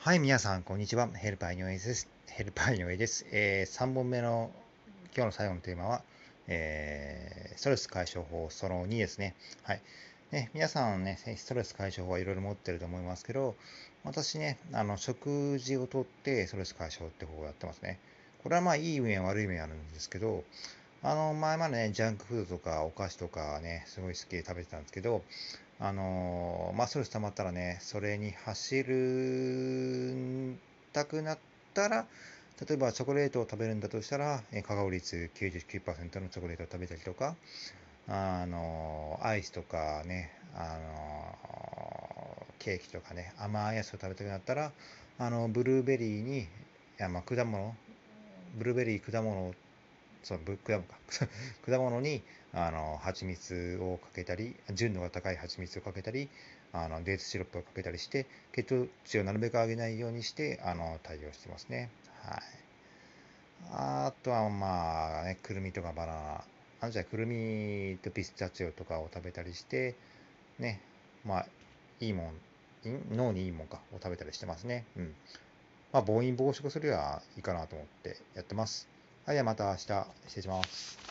はい、皆さん、こんにちは。ヘルパー井上です。ヘルパー井上です。3本目の今日の最後のテーマは、ストレス解消法その2ですね。はい。ね、皆さんね、ストレス解消法はいろいろ持ってると思いますけど、私ね、食事をとってストレス解消って方法をやってますね。これはまあ、いい面悪い面あるんですけど、前までね、ジャンクフードとかお菓子とかね、すごい好きで食べてたんですけど、ストレス溜まったらね、それに走るたくなったら、例えばチョコレートを食べるんだとしたら、カカオ率99%のチョコレートを食べたりとか、アイスとかね、ケーキとかね、甘いやつを食べたくなったら、ブルーベリーに、いや、果物、ブルーベリー果物そう、果物か。果物に、蜂蜜をかけたり、純度が高い蜂蜜をかけたり、デーツシロップをかけたりして、血糖値をなるべく上げないようにして、対応してますね。はい。あとは、まあ、ね、くるみとかバナナ。くるみとピスタチオとかを食べたりして、ね、まあ、いいもん、脳にいいもんか、を食べたりしてますね。うん。まあ、暴飲暴食するにはいいかなと思ってやってます。はい、ではまた明日、失礼します。